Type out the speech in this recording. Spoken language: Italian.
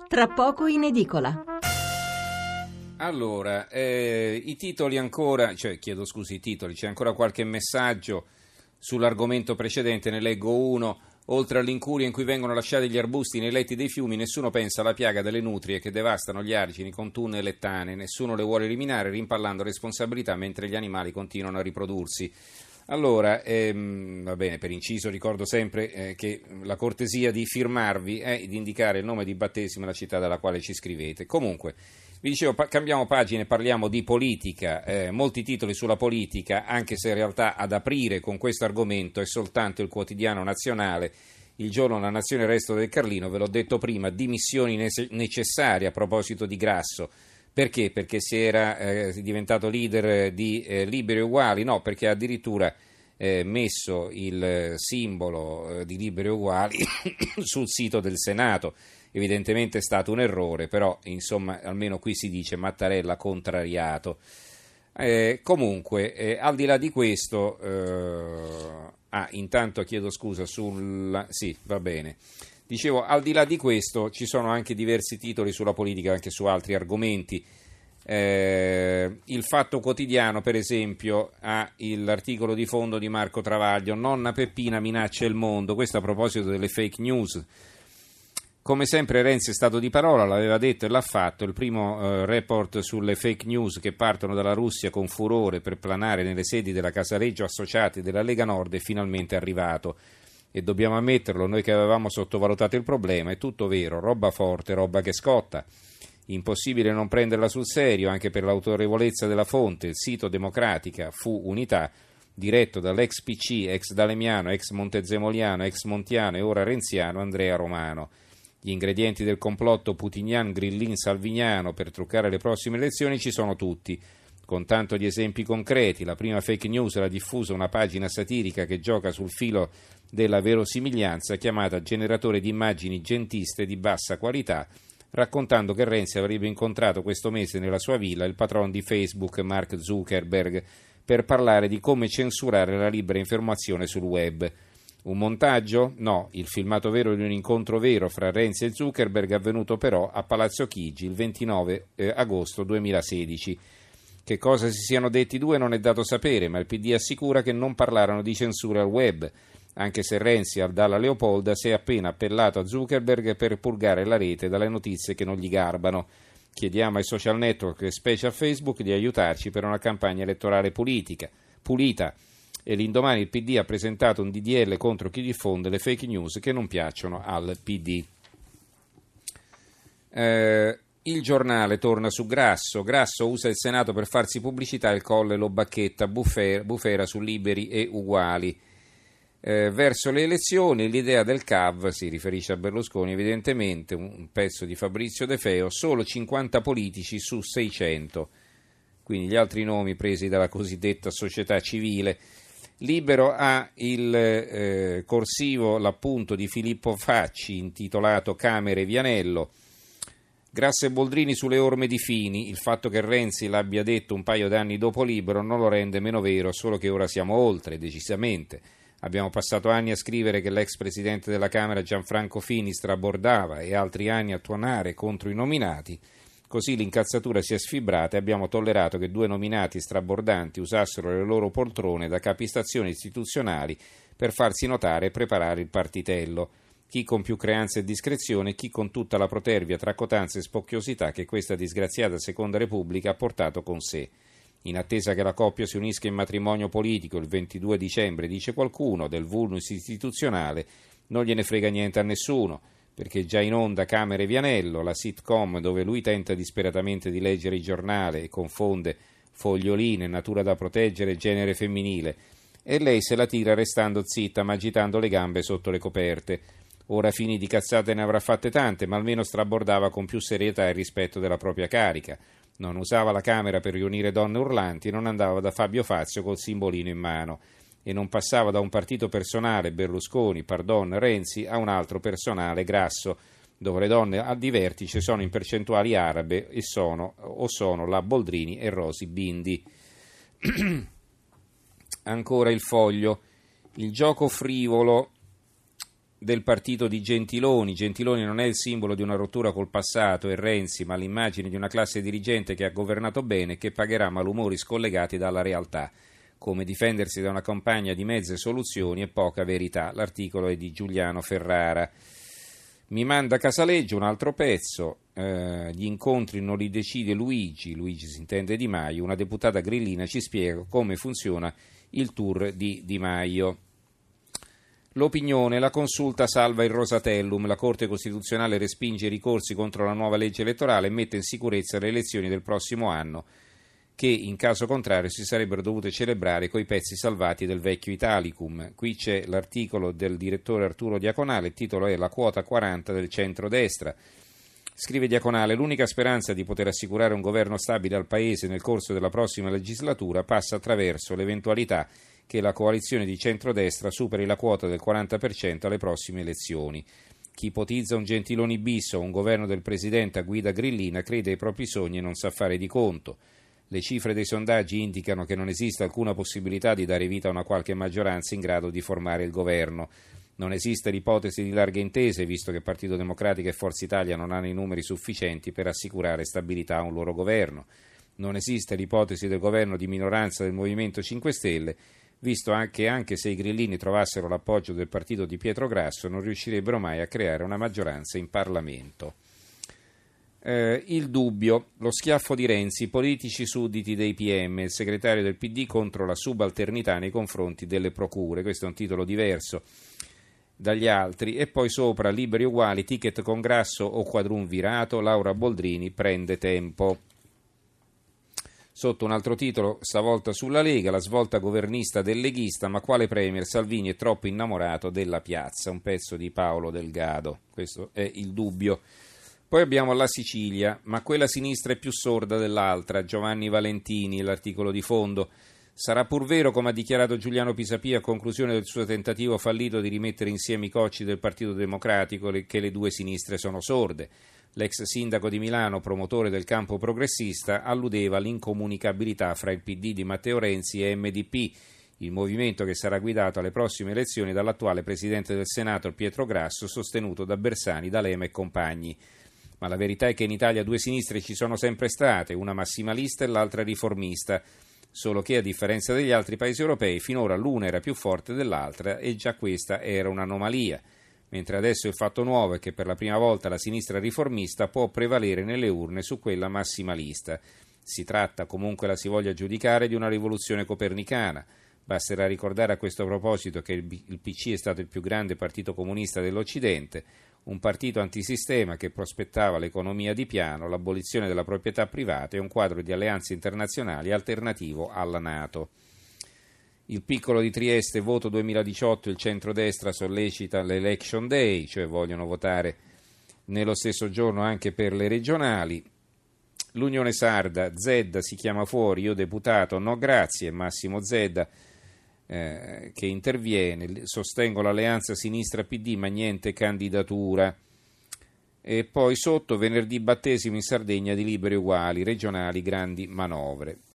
tra poco in edicola. Allora, i titoli ancora, i titoli, c'è ancora qualche messaggio sull'argomento precedente, ne leggo uno. Oltre all'incuria in cui vengono lasciati gli arbusti nei letti dei fiumi, nessuno pensa alla piaga delle nutrie che devastano gli argini con tunnel e tane, nessuno le vuole eliminare rimpallando responsabilità mentre gli animali continuano a riprodursi. Allora, va bene, per inciso ricordo sempre che la cortesia di firmarvi è di indicare il nome di battesimo e la città dalla quale ci scrivete. Comunque, vi dicevo, cambiamo pagina e parliamo di politica, molti titoli sulla politica, anche se in realtà ad aprire con questo argomento è soltanto il Quotidiano Nazionale, il giorno La Nazione e il Resto del Carlino, ve l'ho detto prima, dimissioni necessarie a proposito di Grasso. Perché? Perché si era diventato leader di Liberi e Uguali? No, perché ha addirittura messo il simbolo di Liberi e Uguali sul sito del Senato. Evidentemente è stato un errore, però insomma almeno qui si dice Mattarella contrariato. Comunque, al di là di questo, intanto chiedo scusa sì, va bene. Dicevo, al di là di questo ci sono anche diversi titoli sulla politica, anche su altri argomenti. Il Fatto Quotidiano, per esempio, ha l'articolo di fondo di Marco Travaglio, nonna Peppina minaccia il mondo, questo a proposito delle fake news. Come sempre Renzi è stato di parola, l'aveva detto e l'ha fatto, il primo report sulle fake news che partono dalla Russia con furore per planare nelle sedi della Casaleggio Associati della Lega Nord è finalmente arrivato. E dobbiamo ammetterlo, noi che avevamo sottovalutato il problema, è tutto vero, roba forte, roba che scotta. Impossibile non prenderla sul serio, anche per l'autorevolezza della fonte. Il sito Democratica fu Unità, diretto dall'ex PC, ex Dalemiano, ex Montezemoliano, ex Montiano e ora renziano Andrea Romano. Gli ingredienti del complotto Putignan-Grillin-Salviniano per truccare le prossime elezioni ci sono tutti, con tanto di esempi concreti. La prima fake news l'ha diffusa una pagina satirica che gioca sul filo della verosimiglianza chiamata Generatore di immagini gentiste di bassa qualità, raccontando che Renzi avrebbe incontrato questo mese nella sua villa il patron di Facebook Mark Zuckerberg per parlare di come censurare la libera informazione sul web. Un montaggio? No, il filmato vero di un incontro vero fra Renzi e Zuckerberg avvenuto però a Palazzo Chigi il 29 agosto 2016. Che cosa si siano detti i due non è dato sapere, ma il PD assicura che non parlarono di censura al web, anche se Renzi dalla Leopolda si è appena appellato a Zuckerberg per purgare la rete dalle notizie che non gli garbano. Chiediamo ai social network, specie a Facebook, di aiutarci per una campagna elettorale pulita. E l'indomani il PD ha presentato un DDL contro chi diffonde le fake news che non piacciono al PD. Il Giornale torna su Grasso. Grasso usa il Senato per farsi pubblicità, il Colle lo bacchetta, bufera su Liberi e Uguali. Verso le elezioni l'idea del CAV, si riferisce a Berlusconi evidentemente, un pezzo di Fabrizio De Feo, solo 50 politici su 600, quindi gli altri nomi presi dalla cosiddetta società civile. Libero ha il corsivo, l'appunto di Filippo Facci intitolato Camere Vianello. Grasso e Boldrini sulle orme di Fini, il fatto che Renzi l'abbia detto un paio d'anni dopo Libero non lo rende meno vero, solo che ora siamo oltre, decisamente. Abbiamo passato anni a scrivere che l'ex presidente della Camera Gianfranco Fini strabordava e altri anni a tuonare contro i nominati. Così l'incazzatura si è sfibrata e abbiamo tollerato che due nominati strabordanti usassero le loro poltrone da capistazioni istituzionali per farsi notare e preparare il partitello. Chi con più creanza e discrezione, chi con tutta la protervia, tracotanza e spocchiosità che questa disgraziata Seconda Repubblica ha portato con sé. In attesa che la coppia si unisca in matrimonio politico il 22 dicembre, dice qualcuno, del vulnus istituzionale, non gliene frega niente a nessuno, perché già in onda Camere Vianello, la sitcom dove lui tenta disperatamente di leggere il giornale e confonde foglioline, natura da proteggere e genere femminile, e lei se la tira restando zitta ma agitando le gambe sotto le coperte. Ora Fini di cazzate ne avrà fatte tante, ma almeno strabordava con più serietà e rispetto della propria carica. Non usava la Camera per riunire donne urlanti, non andava da Fabio Fazio col simbolino in mano e non passava da un partito personale, Berlusconi, Renzi, a un altro personale, Grasso, dove le donne di vertice sono in percentuali arabe e sono la Boldrini e Rosi Bindi. Ancora il Foglio. Il gioco frivolo del partito di Gentiloni. Gentiloni non è il simbolo di una rottura col passato e Renzi, ma l'immagine di una classe dirigente che ha governato bene e che pagherà malumori scollegati dalla realtà. Come difendersi da una campagna di mezze soluzioni e poca verità. L'articolo è di Giuliano Ferrara. Mi manda Casaleggio un altro pezzo, gli incontri non li decide Luigi si intende Di Maio, una deputata grillina ci spiega come funziona il tour di Di Maio. L'opinione, la consulta salva il Rosatellum, la Corte Costituzionale respinge i ricorsi contro la nuova legge elettorale e mette in sicurezza le elezioni del prossimo anno, che in caso contrario si sarebbero dovute celebrare coi pezzi salvati del vecchio Italicum. Qui c'è l'articolo del direttore Arturo Diaconale, il titolo è La quota 40 del centrodestra. Scrive Diaconale, l'unica speranza di poter assicurare un governo stabile al Paese nel corso della prossima legislatura passa attraverso l'eventualità che la coalizione di centrodestra superi la quota del 40% alle prossime elezioni. Chi ipotizza un Gentiloni bis o un governo del Presidente a guida grillina crede ai propri sogni e non sa fare di conto. Le cifre dei sondaggi indicano che non esiste alcuna possibilità di dare vita a una qualche maggioranza in grado di formare il governo. Non esiste l'ipotesi di larghe intese, visto che Partito Democratico e Forza Italia non hanno i numeri sufficienti per assicurare stabilità a un loro governo. Non esiste l'ipotesi del governo di minoranza del Movimento 5 Stelle, visto che anche se i grillini trovassero l'appoggio del partito di Pietro Grasso non riuscirebbero mai a creare una maggioranza in Parlamento. Il dubbio, lo schiaffo di Renzi, politici sudditi dei PM, il segretario del PD contro la subalternità nei confronti delle procure. Questo è un titolo diverso dagli altri. E poi sopra, liberi uguali, ticket con Grasso o quadrumvirato, Laura Boldrini prende tempo. Sotto un altro titolo, stavolta sulla Lega, la svolta governista del leghista, ma quale premier? Salvini è troppo innamorato della piazza, un pezzo di Paolo Delgado. Questo è il dubbio. Poi abbiamo la Sicilia, ma quella sinistra è più sorda dell'altra, Giovanni Valentini, l'articolo di fondo. Sarà pur vero, come ha dichiarato Giuliano Pisapia a conclusione del suo tentativo fallito di rimettere insieme i cocci del Partito Democratico, che le due sinistre sono sorde. L'ex sindaco di Milano, promotore del campo progressista, alludeva all'incomunicabilità fra il PD di Matteo Renzi e MDP, il movimento che sarà guidato alle prossime elezioni dall'attuale presidente del Senato Pietro Grasso, sostenuto da Bersani, D'Alema e compagni. Ma la verità è che in Italia due sinistre ci sono sempre state, una massimalista e l'altra riformista, solo che a differenza degli altri paesi europei finora l'una era più forte dell'altra e già questa era un'anomalia, mentre adesso il fatto nuovo è che per la prima volta la sinistra riformista può prevalere nelle urne su quella massimalista. Si tratta, comunque la si voglia giudicare, di una rivoluzione copernicana. Basterà ricordare a questo proposito che il PC è stato il più grande partito comunista dell'Occidente, un partito antisistema che prospettava l'economia di piano, l'abolizione della proprietà privata e un quadro di alleanze internazionali alternativo alla NATO. Il Piccolo di Trieste, voto 2018, il centrodestra sollecita l'Election Day, cioè vogliono votare nello stesso giorno anche per le regionali. L'Unione Sarda, Zedda si chiama fuori, io deputato, no grazie, Massimo Zedda che interviene, sostengo l'alleanza sinistra-PD ma niente candidatura. E poi sotto, venerdì battesimo in Sardegna di Liberi Uguali, regionali grandi manovre.